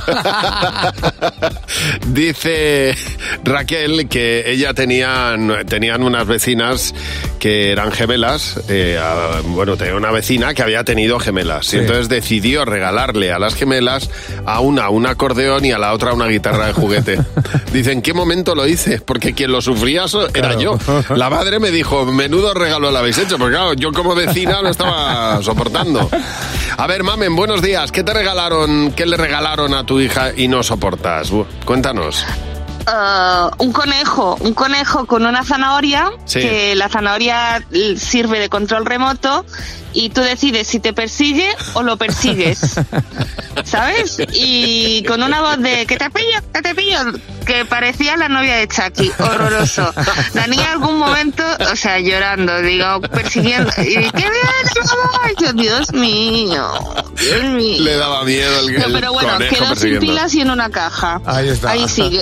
Dice Raquel que ella tenía, tenían unas vecinas que eran gemelas. Eh, a, bueno, tenía una vecina que había tenido gemelas. Sí. Y entonces decidió regalarle a las gemelas a una un acordeón y a la otra una guitarra de juguete. Dice, ¿en qué momento lo hice? Porque quien lo sufría so- era Claro. yo. La madre me dijo, menudo regalo lo habéis hecho. Porque claro, yo como vecina lo estaba soportando. A ver, Mamen, buenos días. ¿Qué te regalaron, qué le regalaron a tu hija y no soportas? Uh, Cuéntanos. Uh, un conejo, un conejo con una zanahoria, Sí. que la zanahoria l- sirve de control remoto y tú decides si te persigue o lo persigues, ¿sabes? Y con una voz de que te pillo, que te pillo, que parecía la novia de Chucky, horroroso. La niña en algún momento, o sea, llorando, digo, persiguiendo, y ¡qué bien, mamá! Y yo, Dios mío, Dios mío. Le daba miedo el, No, el pero bueno, conejo quedó sin persiguiendo. pilas y en una caja. Ahí está. Ahí sigue.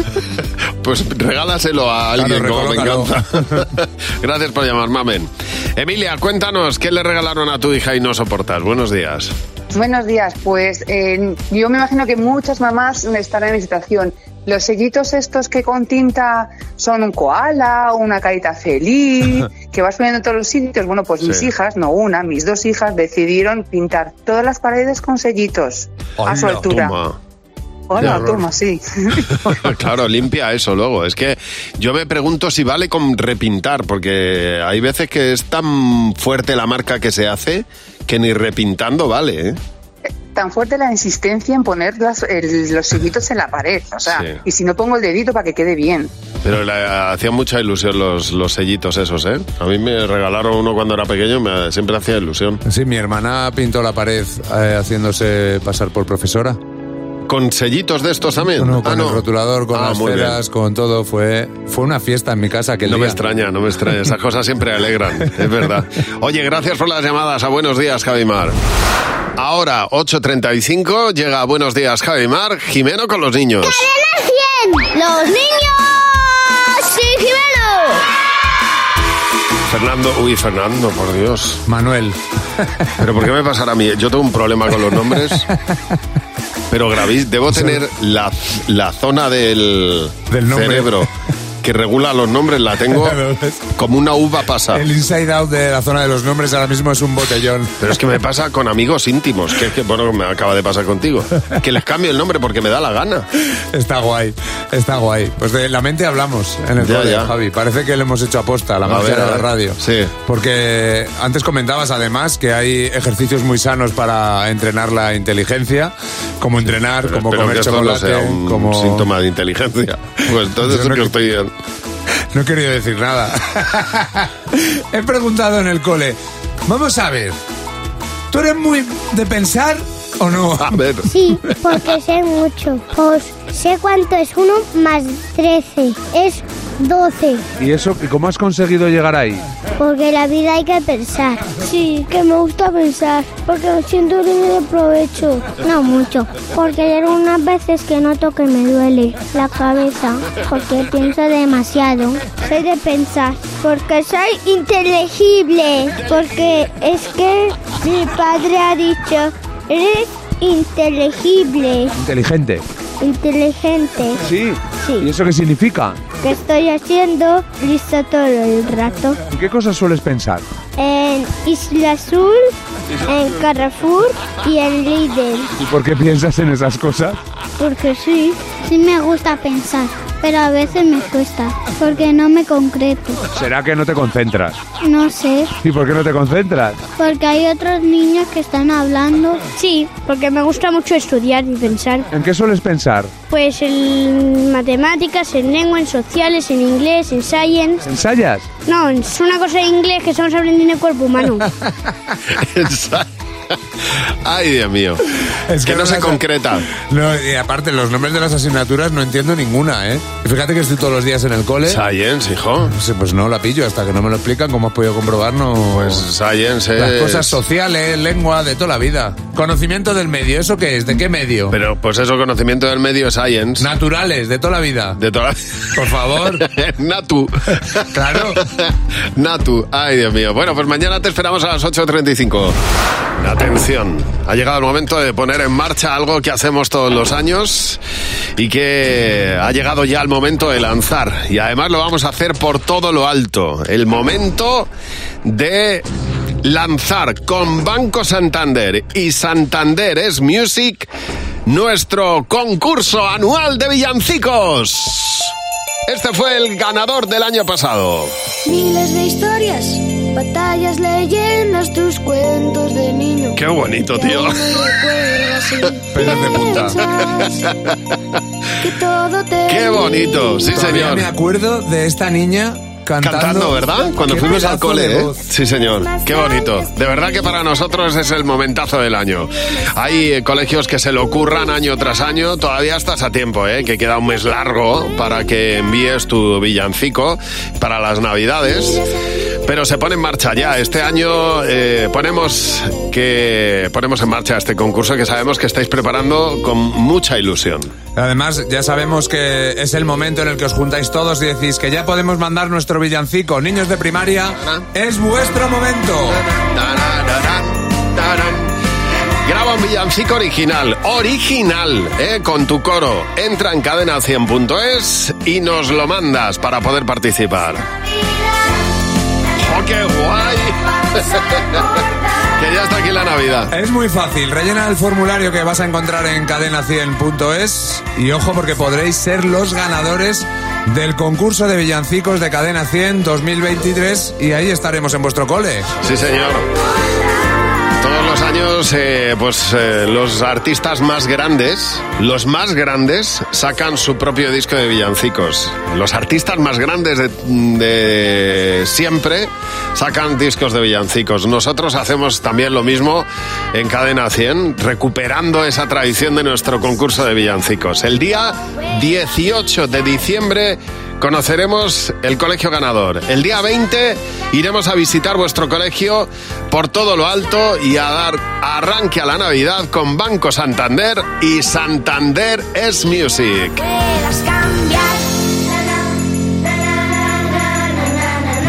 Pues regálaselo a alguien Claro, como recolócalo. venganza. Gracias por llamar, Mamen. Emilia, cuéntanos, ¿qué le regalaron a tu hija y no soportas? Buenos días. Buenos días, pues eh, yo me imagino que muchas mamás estarán en mi situación. Los sellitos estos que con tinta son un koala, una carita feliz, que vas poniendo en todos los sitios. Bueno, pues mis Sí. hijas, no una, mis dos hijas decidieron pintar todas las paredes con sellitos a su Hola, altura. toma. Qué Hola, horror. toma, sí. Claro, limpia eso luego. Es que yo me pregunto si vale con repintar, porque hay veces que es tan fuerte la marca que se hace que ni repintando vale, ¿eh? Tan fuerte la insistencia en poner las- el- los sellitos en la pared. O sea, Sí. y si no pongo el dedito para que quede bien. Pero le hacían mucha ilusión los, los sellitos esos, ¿eh? A mí me regalaron uno cuando era pequeño, me, siempre hacía ilusión. Sí, mi hermana pintó la pared eh, haciéndose pasar por profesora. ¿Con sellitos de estos también? No, con Ah, el rotulador, con Ah, las muy ceras, con todo. Fue, fue una fiesta en mi casa aquel No me día. extraña, no me extraña. Esas cosas siempre alegran, es verdad. Oye, gracias por las llamadas. A Buenos Días, Javimar. Ahora, ocho treinta y cinco, llega a Buenos Días, Javimar. Jimeno con los niños. ¡Cadena cien! ¡Los niños! ¡Sí, Jimeno! Fernando, uy, Fernando, por Dios. Manuel. ¿Pero por qué me pasará a mí? Yo tengo un problema con los nombres. Pero gravísimo, debo tener la, la zona del, del cerebro que regula los nombres, la tengo como una uva pasa. El inside out de la zona de los nombres ahora mismo es un botellón. Pero es que me pasa con amigos íntimos, que es que, bueno, me acaba de pasar contigo. Que les cambio el nombre porque me da la gana. Está guay, está guay. Pues de la mente hablamos en el cole, Javi. Parece que lo hemos hecho aposta, la magia de la radio. Sí. Porque antes comentabas además que hay ejercicios muy sanos para entrenar la inteligencia, como entrenar, pero como espero comer que esto chocolate, no sea un como síntoma de inteligencia. Pues entonces Yo es no que que- estoy... No he querido decir nada. He preguntado en el cole. Vamos a ver. ¿Tú eres muy de pensar o no? A ver. Sí, porque sé mucho. Pues sé cuánto es uno más trece. Es doce. ¿Y eso? ¿Y cómo has conseguido llegar ahí? Porque la vida hay que pensar. Sí, que me gusta pensar. Porque me siento libre de provecho. No mucho. Porque hay algunas veces que noto que me duele la cabeza. Porque pienso demasiado. Soy de pensar. Porque soy inteligible. Porque es que mi padre ha dicho, eres inteligible. Inteligente. Inteligente. Sí. Sí. ¿Y eso qué significa? Que estoy haciendo listo todo el rato. ¿En qué cosas sueles pensar? En Isla Azul, en Carrefour y en Lidl. ¿Y por qué piensas en esas cosas? Porque sí, sí me gusta pensar, pero a veces me cuesta, porque no me concreto. ¿Será que no te concentras? No sé, ¿Y por qué no te concentras? porque hay otros niños que están hablando. Sí, porque me gusta mucho estudiar y pensar. ¿En qué sueles pensar? Pues en matemáticas, en lengua, en sociales, en inglés, en science. ¿Ensayas? No, es una cosa de inglés que estamos aprendiendo en el cuerpo humano. Ay, Dios mío. Es que no se las- concreta. No, y aparte, los nombres de las asignaturas no entiendo ninguna, ¿eh? Y fíjate que estoy todos los días en el cole. Science, hijo. Sí, pues no la pillo, hasta que no me lo explican, como has podido comprobar, no... Pues Science Las es... cosas sociales, lengua, de toda la vida. Conocimiento del medio, ¿eso qué es? ¿De qué medio? Pero pues eso, conocimiento del medio Science. Naturales, de toda la vida. De toda la... Por favor. Natu. Claro. Natu. Ay, Dios mío. Bueno, pues mañana te esperamos a las ocho treinta y cinco. Atención. Ha llegado el momento de poner en marcha algo que hacemos todos los años y que ha llegado ya el momento de lanzar. Y además lo vamos a hacer por todo lo alto. El momento de lanzar con Banco Santander y Santander es Music nuestro concurso anual de villancicos. Este fue el ganador del año pasado. Miles de historias, batallas, leyendas, tus cuentos de niño. Qué bonito, tío. Pelos de punta. Que todo te Qué bonito, sí, Todavía señor. me acuerdo de esta niña cantando. Cantando, ¿verdad? Cuando Qué fuimos al pedazo cole, de ¿eh? voz. Sí, señor. Qué bonito. De verdad que para nosotros es el momentazo del año. Hay eh, colegios que se lo ocurran año tras año. Todavía estás a tiempo, ¿eh? Que queda un mes largo para que envíes tu villancico para las Navidades. Pero se pone en marcha ya. Este año eh, ponemos que ponemos en marcha este concurso que sabemos que estáis preparando con mucha ilusión. Además, ya sabemos que es el momento en el que os juntáis todos y decís que ya podemos mandar nuestro villancico. Niños de primaria, es vuestro momento. Graba un villancico original, original, ¿eh? Con tu coro. Entra en cadena cien punto es y nos lo mandas para poder participar. ¡Oh, qué guay! Que ya está aquí la Navidad. Es muy fácil, rellena el formulario que vas a encontrar en cadena cien punto es y ojo porque podréis ser los ganadores del concurso de villancicos de Cadena cien dos mil veintitrés y ahí estaremos en vuestro cole. Sí, señor. Todos los años, eh, pues eh, los artistas más grandes, los más grandes, sacan su propio disco de villancicos. Los artistas más grandes de, de siempre sacan discos de villancicos. Nosotros hacemos también lo mismo en Cadena cien, recuperando esa tradición de nuestro concurso de villancicos. El día dieciocho de diciembre conoceremos el colegio ganador. El día veinte iremos a visitar vuestro colegio por todo lo alto y a dar arranque a la Navidad con Banco Santander y Santander es Music.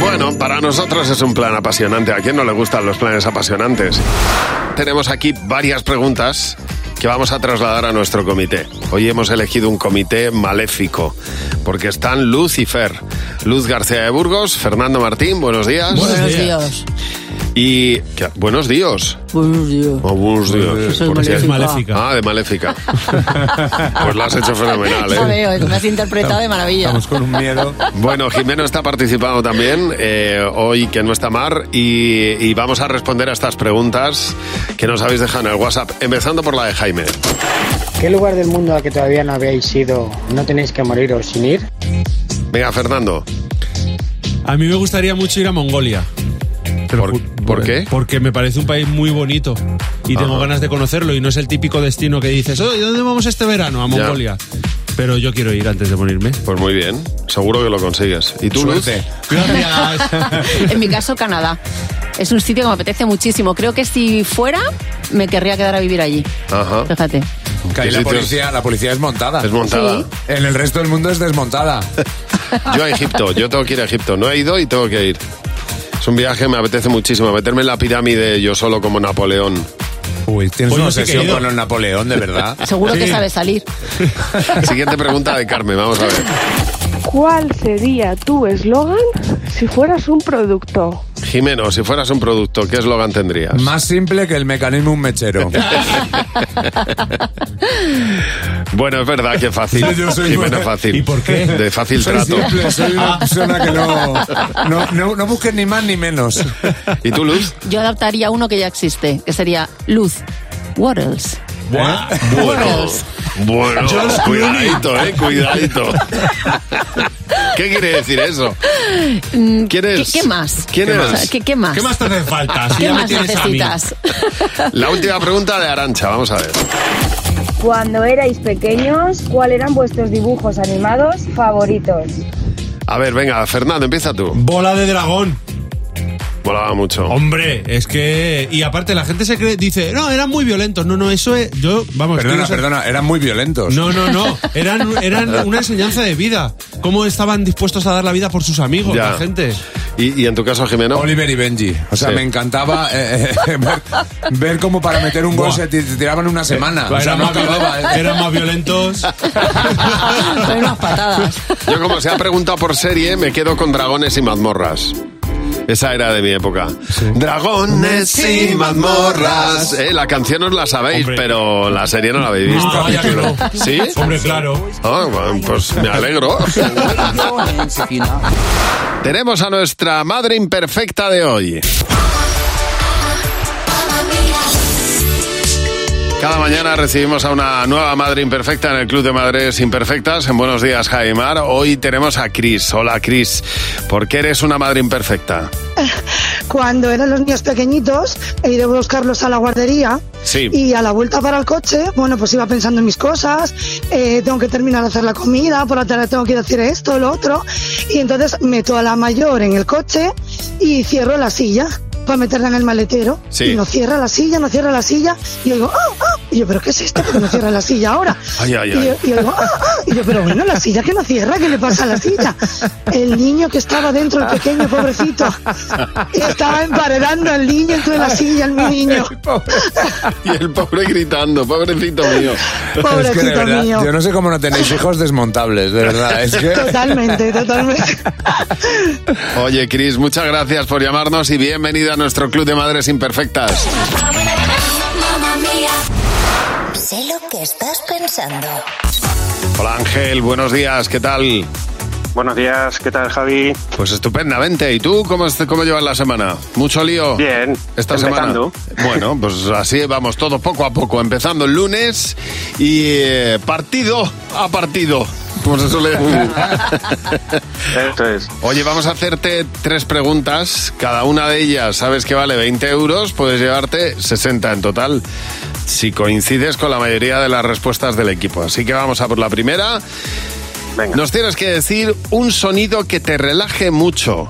Bueno, para nosotros es un plan apasionante. ¿A quién no le gustan los planes apasionantes? Tenemos aquí varias preguntas que vamos a trasladar a nuestro comité. Hoy hemos elegido un comité maléfico, porque están Luz y Fer. Luz García de Burgos, Fernando Martín, buenos días. Buenos días. Y... ¿qué? Buenos días. Buenos días. Oh, buenos días. Soy Porque- maléfica. Maléfica. Ah, de maléfica. Pues lo has hecho fenomenal, Ya ¿eh? veo, me has interpretado de maravilla. Estamos con un miedo. Bueno, Jimeno está participando también, eh, hoy que no está Mar, y, y vamos a responder a estas preguntas que nos habéis dejado en el WhatsApp, empezando por la de Jaime. ¿Qué lugar del mundo al que todavía no habéis ido no tenéis que moriros sin ir? Venga, Fernando. A mí me gustaría mucho ir a Mongolia. ¿Por, ¿por qué? Porque me parece un país muy bonito y tengo ganas de conocerlo, y no es el típico destino que dices, oh, ¿y dónde vamos este verano? A Mongolia. Pero yo quiero ir antes de morirme. Pues muy bien, seguro que lo consigues. ¿Y tú, Luz? Suerte. Gracias. En mi caso, Canadá. Es un sitio que me apetece muchísimo. Creo que si fuera, me querría quedar a vivir allí. Ajá. Fíjate. Que ahí ¿Qué la sitios? policía, la policía es montada. Es montada. Sí. En el resto del mundo es desmontada. Yo a Egipto, yo tengo que ir a Egipto. No he ido y tengo que ir. Es un viaje, me apetece muchísimo. Meterme en la pirámide yo solo como Napoleón. Uy, tienes Pues una yo sí que he obsesión ido. con el Napoleón, de verdad. Seguro que Sí. sabe salir. Siguiente pregunta de Carmen, vamos a ver. ¿Cuál sería tu eslogan si fueras un producto? Jimeno, si fueras un producto, ¿qué eslogan tendrías? Más simple que el mecanismo un mechero. Bueno, es verdad que fácil. Yo soy Jimeno muy- fácil. ¿Y por qué? De fácil Soy trato. simple, soy una persona que no, no, no, no busques ni más ni menos. ¿Y tú, Luz? Yo adaptaría uno que ya existe, que sería Luz. What else? Bueno, What bueno, cuidadito, eh, cuidadito. ¿Qué quiere decir eso? Mm, ¿Quién ¿Qué, es? qué más? ¿Quién ¿Qué es? más? ¿Qué, qué más? ¿Qué más te hace falta? Si ¿Qué ya me más tienes a mí. necesitas? La última pregunta de Arantxa, vamos a ver. Cuando erais pequeños, ¿cuáles eran vuestros dibujos animados favoritos? A ver, venga, Fernando, empieza tú. Bola de dragón. Volaba mucho. Hombre, es que... Y aparte la gente se cree, dice, no, eran muy violentos. No, no, eso es... Yo, vamos... Perdona, quiero ser- perdona, eran muy violentos. No, no, no. Eran, eran una enseñanza de vida. Cómo estaban dispuestos a dar la vida por sus amigos, Ya. la gente. ¿Y, y en tu caso, Jimeno? Oliver y Benji. O sea, Sí. me encantaba eh, eh, ver, ver cómo para meter un gol Buah. se ti- tiraban una semana. O sea, eran, no más, acababa. ¿eh? eran más violentos. Son unas patadas. Yo, como se ha preguntado por serie, me quedo con Dragones y Mazmorras. Esa era de mi época. Dragones y mazmorras. Eh, la canción os la sabéis, Hombre. pero la serie no la habéis visto. Ah, vaya que no. ¿Sí? Hombre, claro. Ah, bueno, pues me alegro. Tenemos a nuestra madre imperfecta de hoy. Cada mañana recibimos a una nueva madre imperfecta en el Club de Madres Imperfectas. En Buenos Días, Jaimar. Hoy tenemos a Cris. Hola, Cris. ¿Por qué eres una madre imperfecta? Cuando eran los niños pequeñitos, he ido a buscarlos a la guardería. Sí. Y a la vuelta para el coche, bueno, pues iba pensando en mis cosas, eh, tengo que terminar de hacer la comida, por la tarde tengo que ir a hacer esto, lo otro, y entonces meto a la mayor en el coche y cierro la silla para meterla en el maletero. Sí. Y no cierra la silla, no cierra la silla, y yo digo, ¡ah, ah! Y yo, ¿pero qué es esto? ¿Por qué no cierra la silla ahora? Ay, ay, Y yo, ay. y yo digo, ¡ah, ah! Y yo, pero bueno, la silla que no cierra, ¿qué le pasa a la silla? El niño que estaba dentro, el pequeño, pobrecito, y estaba emparedando al niño dentro de la silla, el mi niño. Y el pobre gritando, pobrecito mío. Pobrecito Es que de verdad, mío. yo no sé cómo no tenéis hijos desmontables, de verdad. Es que... Totalmente, totalmente. Oye, Cris, muchas gracias por llamarnos y bienvenida a nuestro Club de Madres Imperfectas. Sé lo que estás pensando. Hola, Ángel, buenos días, ¿qué tal? Buenos días, ¿qué tal, Javi? Pues estupendamente. ¿Y tú cómo, est- cómo llevas la semana? ¿Mucho lío? Bien, Esta empezando. semana. Bueno, pues así vamos todo poco a poco, empezando el lunes y eh, partido a partido. Como se suele decir. Esto es. Oye, vamos a hacerte tres preguntas. Cada una de ellas, sabes que vale veinte euros, puedes llevarte sesenta en total, si coincides con la mayoría de las respuestas del equipo. Así que vamos a por la primera. Venga. Nos tienes que decir un sonido que te relaje mucho.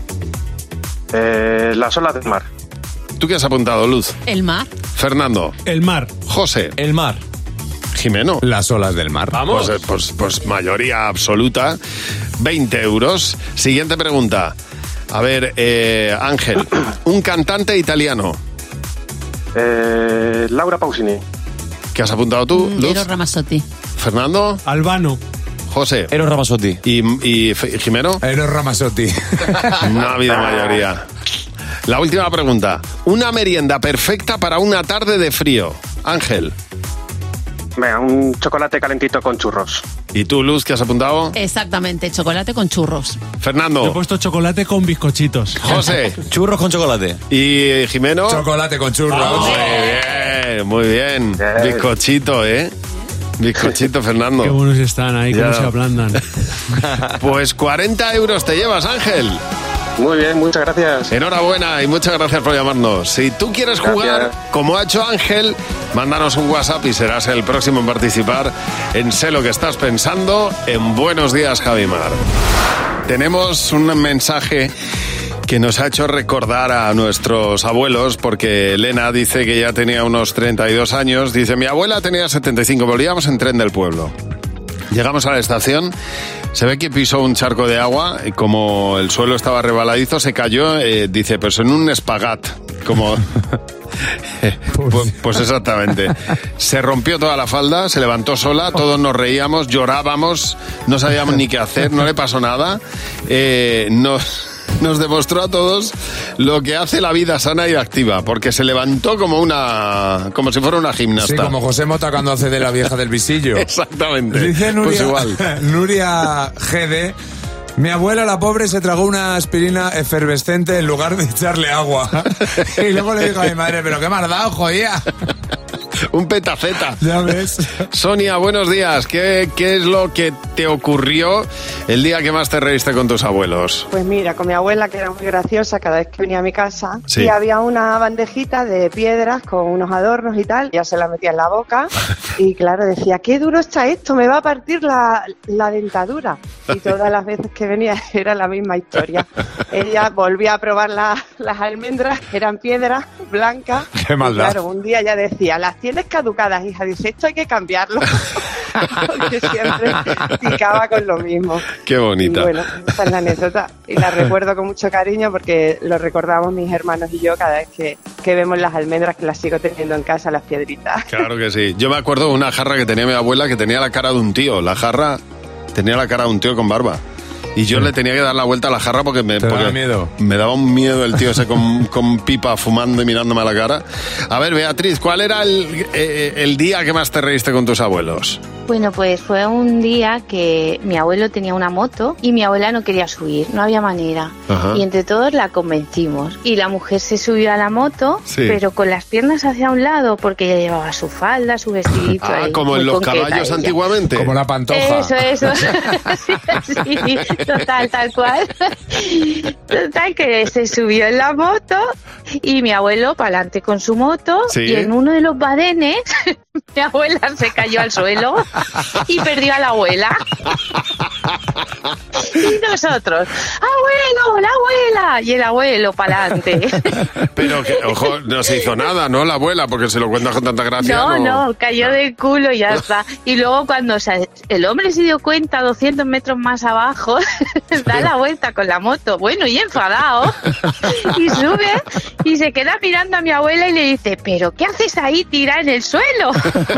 Eh, las olas del mar. ¿Tú qué has apuntado, Luz? El mar. Fernando. El mar. José. El mar. Jimeno. Las olas del mar. Pues, eh, pues, pues mayoría absoluta. veinte euros. Siguiente pregunta. A ver, eh, Ángel, un cantante italiano. Eh, Laura Pausini. ¿Qué has apuntado tú, Mm, Luz? Eros Ramazzotti. Fernando. Albano. José. Eros Ramazzotti. ¿Y, y F- Jimeno? Eros Ramazzotti. No ha habido mayoría. La última pregunta. Una merienda perfecta para una tarde de frío. Ángel. Venga, un chocolate calentito con churros. ¿Y tú, Luz, qué has apuntado? Exactamente, chocolate con churros. Fernando. Yo he puesto chocolate con bizcochitos. José. Churros con chocolate. ¿Y Jimeno? Chocolate con churros. Muy bien, muy bien. Bien. Bizcochito, ¿eh? Bizcochito, Fernando. Qué buenos están ahí, cómo Ya. se ablandan. Pues cuarenta euros te llevas, Ángel. Muy bien, muchas gracias. Enhorabuena y muchas gracias por llamarnos. Si tú quieres jugar Gracias. como ha hecho Ángel, mándanos un WhatsApp y serás el próximo en participar en Sé lo que estás pensando en Buenos Días, Javimar. Tenemos un mensaje que nos ha hecho recordar a nuestros abuelos, porque Elena dice que ya tenía unos treinta y dos años. Dice, mi abuela tenía setenta y cinco, volvíamos en tren del pueblo. Llegamos a la estación, se ve que pisó un charco de agua y como el suelo estaba rebaladizo se cayó, eh, dice, pues en un espagat, como... pues, pues exactamente. Se rompió toda la falda, se levantó sola, todos nos reíamos, llorábamos, no sabíamos ni qué hacer, no le pasó nada. Eh, nos... Nos demostró a todos lo que hace la vida sana y activa, porque se levantó como una, como si fuera una gimnasta. Sí, como José Mota cuando hace de la vieja del visillo. Exactamente. Dice Nuria, Pues igual. Nuria G D, mi abuela, la pobre, se tragó una aspirina efervescente en lugar de echarle agua. Y luego le dijo a mi madre, pero qué me has dado, jodía. Un petaceta. Ya ves. Sonia, buenos días. ¿Qué, ¿Qué es lo que te ocurrió el día que más te reíste con tus abuelos? Pues mira, con mi abuela, que era muy graciosa cada vez que venía a mi casa, Sí. y había una bandejita de piedras con unos adornos y tal, ya se la metía en la boca, y claro, decía, qué duro está esto, me va a partir la, la dentadura. Y todas las veces que venía era la misma historia. Ella volvía a probar la- las almendras, eran piedras blancas. Qué maldad. Y claro, un día ya decía, las tienes caducadas, hija, dice, esto hay que cambiarlo. Porque siempre picaba con lo mismo. Qué bonita. Y bueno, esa es la anécdota. Y la recuerdo con mucho cariño porque lo recordamos mis hermanos y yo cada vez que, que vemos las almendras, que las sigo teniendo en casa, las piedritas. Claro que sí. Yo me acuerdo de una jarra que tenía mi abuela que tenía la cara de un tío. La jarra tenía la cara de un tío con barba. Y yo le tenía que dar la vuelta a la jarra porque me, ¿Te daba porque miedo? me daba un miedo el tío ese con, con pipa fumando y mirándome a la cara. A ver, Beatriz, ¿cuál era el, eh, el día que más te reíste con tus abuelos? Bueno, pues fue un día que mi abuelo tenía una moto y mi abuela no quería subir, no había manera. Ajá. Y entre todos la convencimos. Y la mujer se subió a la moto, Sí. pero con las piernas hacia un lado, porque ella llevaba su falda, su vestidito. Ah, ahí, como muy en los coqueta caballos ella. antiguamente. Como la pantoja. Eso, eso. sí, sí, total, tal cual. Total, que se subió en la moto y mi abuelo para adelante con su moto Sí. y en uno de los badenes mi abuela se cayó al suelo y perdió a la abuela. Y nosotros, abuelo, la abuela, y el abuelo para adelante. Pero, que, ojo, no se hizo nada, ¿no? La abuela, porque se lo cuentas con tanta gracia. No, no, cayó de culo y ya está. Y luego cuando se- el hombre se dio cuenta, doscientos metros más abajo, da la vuelta con la moto, bueno, y enfadado, y sube y se queda mirando a mi abuela y le dice, ¿pero qué haces ahí tirada en el suelo?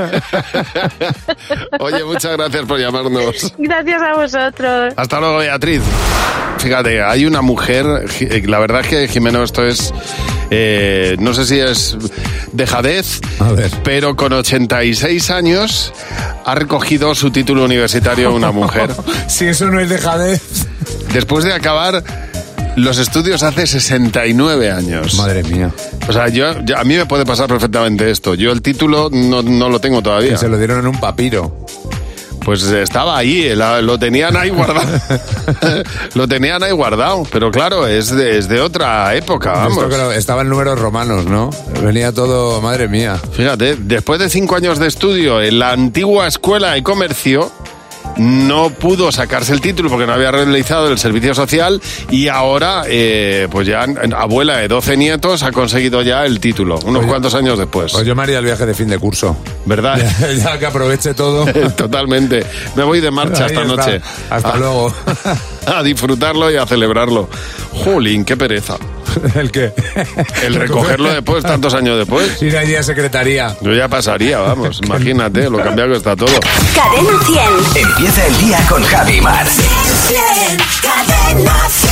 Oye, muchas gracias por llamarnos. Gracias a vosotros. Hasta luego, Beatriz. Fíjate, hay una mujer, Ji- la verdad es que Jimeno, esto es, eh, no sé si es dejadez, pero con ochenta y seis años ha recogido su título universitario una mujer. Si eso no es dejadez. Después de acabar los estudios hace sesenta y nueve años. Madre mía. O sea, yo, yo- a mí me puede pasar perfectamente esto. Yo el título no, no lo tengo todavía. Que se lo dieron en un papiro. Pues estaba ahí, la- lo tenían ahí guardado. Lo tenían ahí guardado, pero claro, es de, es de otra época, vamos. Esto, claro, estaba en números romanos, ¿no? Venía todo, madre mía. Fíjate, después de cinco años de estudio en la antigua Escuela de Comercio, no pudo sacarse el título porque no había realizado el servicio social y ahora, eh, pues ya abuela de doce nietos ha conseguido ya el título, unos Oye, cuantos años después. Pues yo me haría el viaje de fin de curso. ¿Verdad? Ya, ya que aproveche todo. Totalmente. Me voy de marcha Ahí esta está. noche. Hasta a, luego. A disfrutarlo y a celebrarlo. Jolín, qué pereza. ¿El qué? El recogerlo después, tantos años después. Ir allí a secretaría. Yo ya pasaría, vamos. Imagínate lo cambiado que está todo. Cadena cien. Empieza el día con Javi Mar. Cadena cien.